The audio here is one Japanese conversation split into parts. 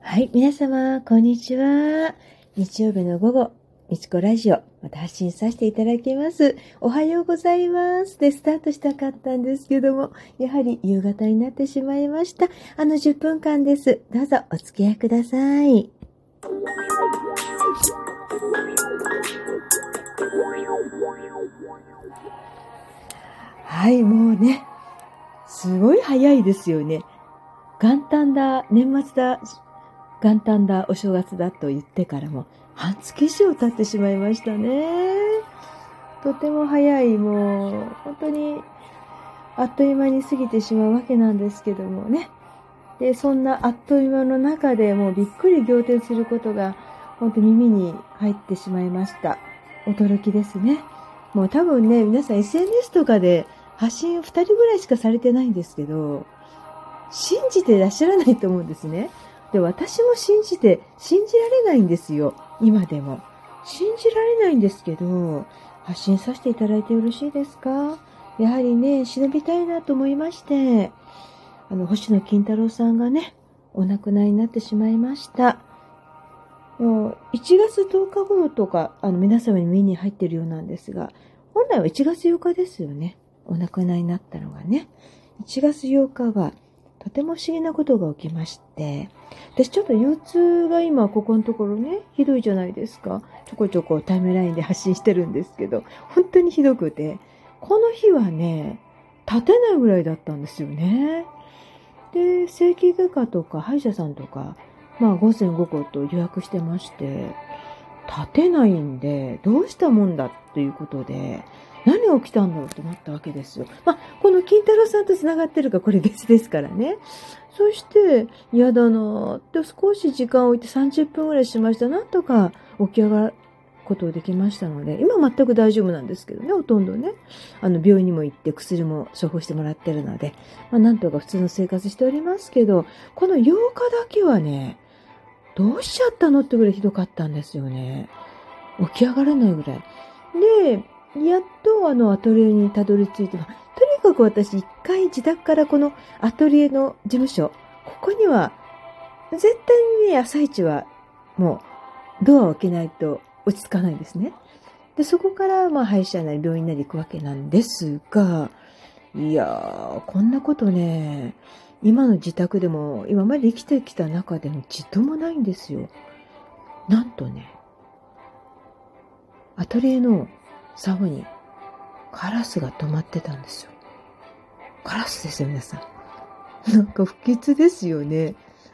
はい、皆様、こんにちは。日曜日の午後、みちこラジオ、また発信させていただきます。おはようございます。で、スタートしたかったんですけども、やはり夕方になってしまいました。10分間です。どうぞお付き合いください。はい、もうね、すごい早いですよね。元旦だ、年末だ、元旦だ、お正月だと言ってからも半月以上経ってしまいましたね。とても早い、もう本当にあっという間に過ぎてしまうわけなんですけどもね。で、そんなあっという間の中でもうびっくり仰天することが本当に耳に入ってしまいました。驚きですね。もう多分ね、皆さん SNS とかで発信を2人ぐらいしかされてないんですけど、信じていらっしゃらないと思うんですね。で、私も信じられないんですよ。今でも。信じられないんですけど、発信させていただいてよろしいですか？やはりね、忍びたいなと思いまして、星野金太郎さんがね、お亡くなりになってしまいました。もう1月10日頃とか、皆様に目に入っているようなんですが、本来は1月8日ですよね。お亡くなりになったのがね。1月8日は、とても不思議なことが起きまして、私ちょっと腰痛が今ここのところね、ひどいじゃないですか。ちょこちょこタイムラインで発信してるんですけど、本当にひどくて、この日はね、立てないぐらいだったんですよね。で、整形外科とか歯医者さんとか、午前午後と予約してまして、立てないんで、どうしたもんだということで、何が起きたんだろうと思ったわけですよ。この金太郎さんと繋がってるかこれ別ですからね。そして、嫌だなーって少し時間を置いて30分ぐらいしました。なんとか起き上がることができましたので、今全く大丈夫なんですけどね、ほとんどね。病院にも行って薬も処方してもらってるので、なんとか普通の生活しておりますけど、この8日だけはね、どうしちゃったのってぐらいひどかったんですよね。起き上がらないぐらい。で、やっとアトリエにたどり着いて、とにかく私一回自宅からこのアトリエの事務所、ここには絶対にね、朝一はもうドアを開けないと落ち着かないんですね。で、そこから歯医者なり病院なり行くわけなんですが、いやー、こんなことね、今の自宅でも今まで生きてきた中でもちっともないんですよ。なんとね、アトリエの竿にカラスが止まってたんですよ。カラスですよ、皆さん。なんか不吉ですよね。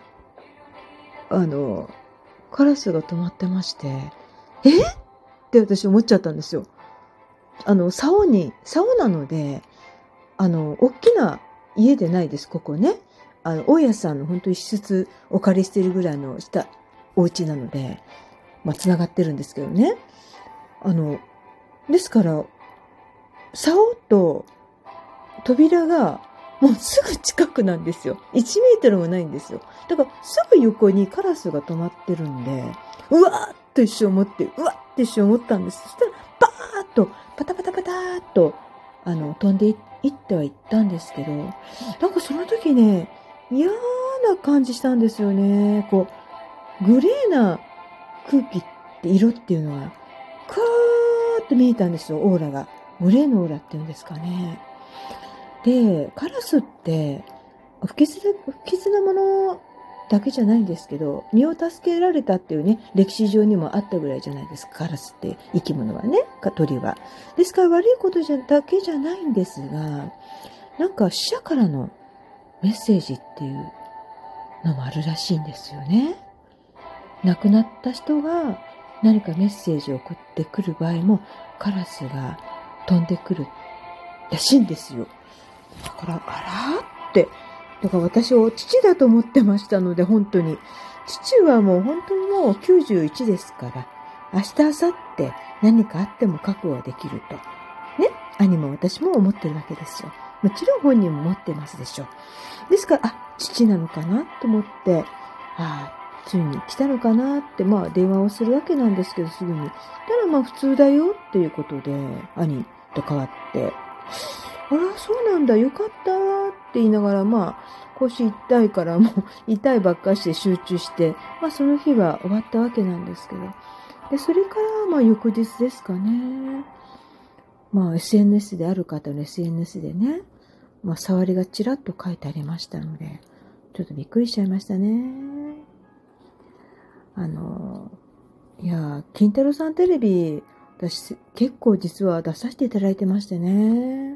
カラスが止まってまして、って私思っちゃったんですよ。竿なので、大きな家でないです、ここね。大家さんの本当一室お借りしてるぐらいのお家なので、繋がってるんですけどね。ですから、竿と扉がもうすぐ近くなんですよ。1メートルもないんですよ。だからすぐ横にカラスが止まってるんで、うわーっと一瞬思ったんです。そしたら、バーッと、パタパタパターっと、飛んでいってはいったんですけど、なんかその時ね、嫌な感じしたんですよね。こう、グレーな空気って色っていうのは、カーッと見えたんですよ、オーラが。グレーのオーラっていうんですかね。で、カラスって、不吉なものだけじゃないんですけど、身を助けられたっていうね、歴史上にもあったぐらいじゃないですか、カラスって生き物はね、鳥は。ですから悪いことだけじゃないんですが、なんか死者からのメッセージっていうのもあるらしいんですよね。亡くなった人が何かメッセージを送ってくる場合も、カラスが飛んでくるらしいんですよ。だから、あらって、だから私を父だと思ってましたので、本当に。父はもう本当にもう91ですから、明日、明後日何かあっても覚悟はできると。ね、兄も私も思ってるわけですよ。もちろん本人も思ってますでしょう。ですから、父なのかなと思って、ついに来たのかなって、電話をするわけなんですけど、すぐに。たら普通だよっていうことで、兄と変わって、あら、そうなんだ、よかったって言いながら、こ腰痛いからもう痛いばっかして集中して、その日は終わったわけなんですけど。で、それから翌日ですかね。SNS である方の SNS でね、触りがちらっと書いてありましたので、ちょっとびっくりしちゃいましたね。金太郎さんテレビ、私結構実は出させていただいてましてね。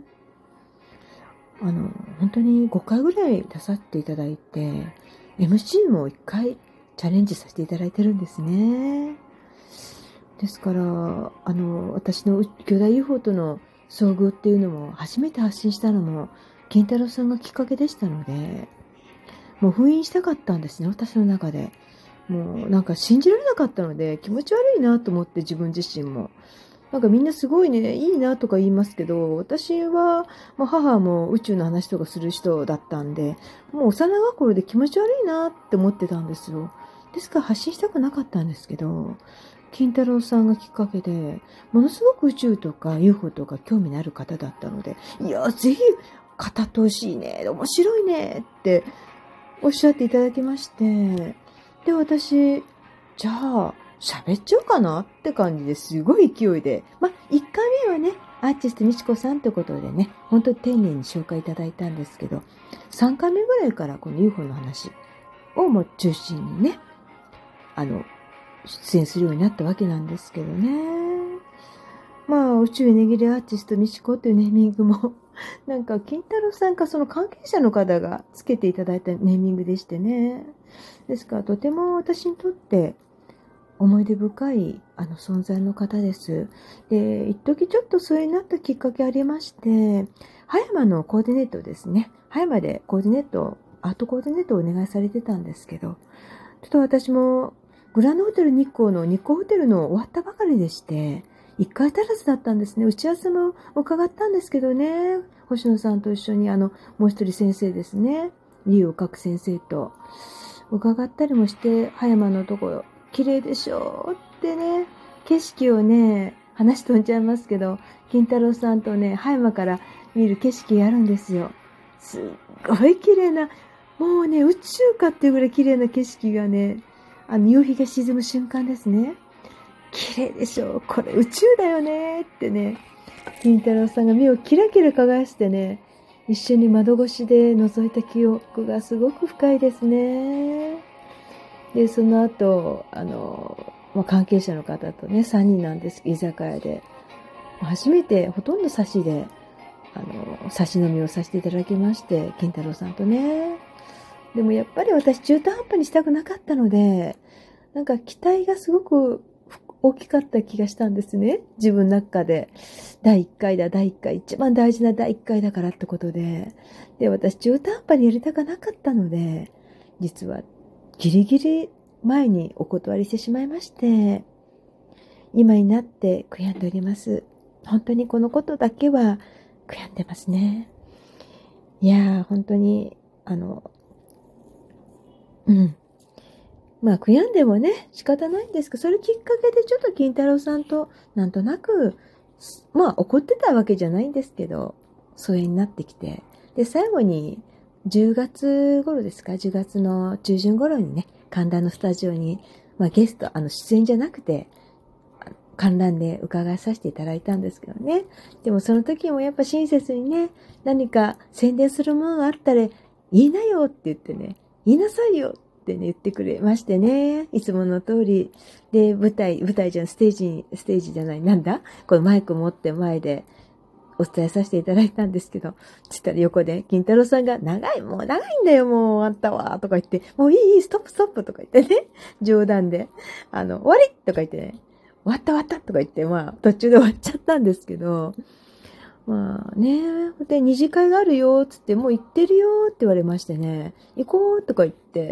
本当に5回ぐらい出させていただいて、MC も1回チャレンジさせていただいてるんですね。ですから、私の巨大 UFO との遭遇っていうのも、初めて発信したのも、金太郎さんがきっかけでしたので、もう封印したかったんですね、私の中で。もうなんか信じられなかったので、気持ち悪いなと思って自分自身も。なんかみんなすごいね、いいなとか言いますけど、私は、母も宇宙の話とかする人だったんで、もう幼心で気持ち悪いなって思ってたんですよ。ですから発信したくなかったんですけど、金太郎さんがきっかけで、ものすごく宇宙とか UFO とか興味のある方だったので、いや、ぜひ語ってほしいね、面白いねっておっしゃっていただきまして、で、私、じゃあ、喋っちゃおうかなって感じですごい勢いで。1回目はね、アーティストみちこさんってことでね、本当に丁寧に紹介いただいたんですけど、3回目ぐらいからこの UFO の話をもう中心にね、出演するようになったわけなんですけどね。宇宙エネギレアーティストみちこというネーミングも、なんか金太郎さんかその関係者の方がつけていただいたネーミングでしてね。ですからとても私にとって思い出深い存在の方です。で、一時ちょっとそれになったきっかけありまして、葉山のコーディネートですね。葉山でコーディネート、アートコーディネートをお願いされてたんですけど、ちょっと私もグランドホテル日光の日光ホテルの終わったばかりでして、1回足らずだったんですね。打ち合わせも伺ったんですけどね。星野さんと一緒にもう一人先生ですね。理由を書く先生と伺ったりもして、葉山のところ、綺麗でしょってね、景色をね、話飛んじゃいますけど、金太郎さんとね、葉山から見る景色があるんですよ。すっごい綺麗な、もうね、宇宙かっていうぐらい綺麗な景色がね、夕日が沈む瞬間ですね。綺麗でしょこれ宇宙だよねってね、金太郎さんが目をキラキラ輝かしてね、一緒に窓越しで覗いた記憶がすごく深いですね。で、その後、関係者の方とね、3人なんです、居酒屋で。初めて、ほとんど差しで、差し飲みをさせていただきまして、金太郎さんとね。でもやっぱり私中途半端にしたくなかったので、なんか期待がすごく大きかった気がしたんですね。自分の中で。第1回だ、第1回。一番大事な第1回だからってことで。で、私中途半端にやりたくなかったので、実はギリギリ前にお断りしてしまいまして、今になって悔やんでおります。本当にこのことだけは悔やんでますね。いやー、本当に、悔やんでもね、仕方ないんですけど、それきっかけでちょっと金太郎さんと、なんとなく、怒ってたわけじゃないんですけど、疎遠になってきて、で、最後に、10月頃ですか、10月の中旬頃にね、神田のスタジオに、ゲスト、出演じゃなくて、観覧で伺いさせていただいたんですけどね。でもその時もやっぱ親切にね、何か宣伝するものがあったら、言いなよって言ってね、言いなさいよってね、言ってくれましてね。いつもの通り。で、舞台じゃん、ステージじゃない、なんだこのマイク持って前でお伝えさせていただいたんですけど、つったら横で、金太郎さんが、長いんだよ、もう、あんたは、とか言って、もういい、ストップ、とか言ってね、冗談で、終わりとか言ってね、終わったとか言って、途中で終わっちゃったんですけど、で、二次会があるよ、つって、もう行ってるよ、って言われましてね、行こう、とか言って、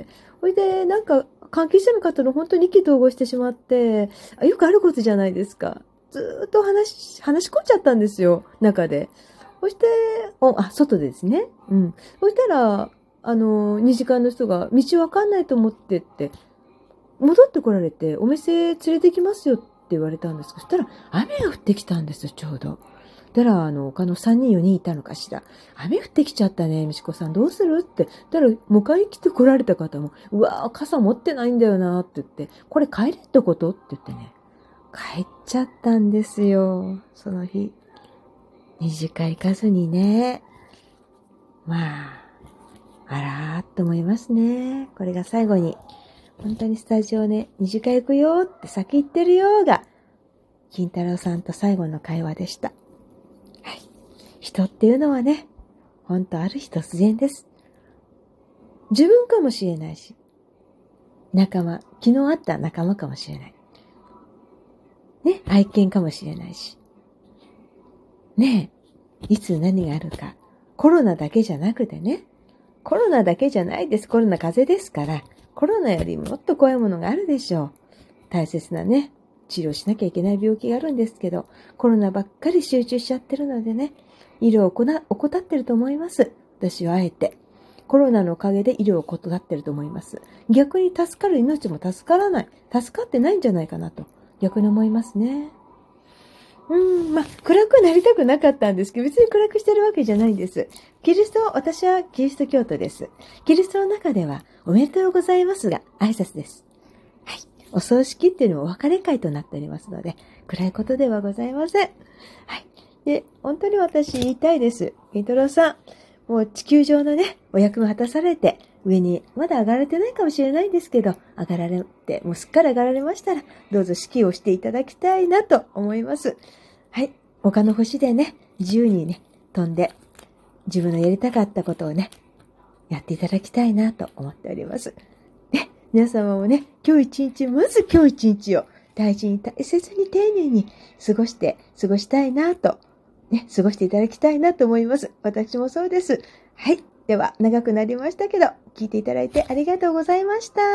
ほいで、なんか、関係者の方の本当に意気投合してしまって、よくあることじゃないですか。ずーっと話し込んじゃったんですよ、中で。そして、外でですね。うん。そしたら、二次会の人が、道わかんないと思ってって、戻ってこられて、お店連れてきますよって言われたんですけど、そしたら、雨が降ってきたんですよ、ちょうど。 たら、他の3人4人いたのかしら。雨降ってきちゃったね、みちこさんどうするって。たら、迎えに来て来られた方も、うわー、傘持ってないんだよなって言って、これ帰れってことって言ってね、帰っちゃったんですよ、その日。二次会行かずにね。まあ、あらーっと思いますね。これが最後に、本当にスタジオね、二次会行くよって先言ってるよが、金太郎さんと最後の会話でした。はい。人っていうのはね、本当ある日突然です。自分かもしれないし、仲間、昨日会った仲間かもしれない。ね、愛犬かもしれないし。ねえ、いつ何があるか。コロナだけじゃなくてね、コロナだけじゃないです。コロナ風邪ですから、コロナよりもっと怖いものがあるでしょう。大切なね、治療しなきゃいけない病気があるんですけど、コロナばっかり集中しちゃってるのでね、医療を怠ってると思います。私はあえて。コロナのおかげで医療を怠ってると思います。逆に助かる命も助からない。助かってないんじゃないかなと、逆に思いますね。暗くなりたくなかったんですけど、別に暗くしてるわけじゃないんです。私はキリスト教徒です。キリストの中では、おめでとうございますが、挨拶です。はい。お葬式っていうのもお別れ会となっておりますので、暗いことではございません。はい。で、本当に私言いたいです。金太郎さん、もう地球上のね、お役目果たされて、上にまだ上がれてないかもしれないんですけど、上がられて、もうすっかり上がられましたら、どうぞ指揮をしていただきたいなと思います。はい。他の星でね、自由にね、飛んで、自分のやりたかったことをね、やっていただきたいなと思っております。ね、皆様もね、まず今日一日を大事に大切に丁寧に過ごしたいなと、ね、過ごしていただきたいなと思います。私もそうです。はい。では、長くなりましたけど、聞いていただいてありがとうございました。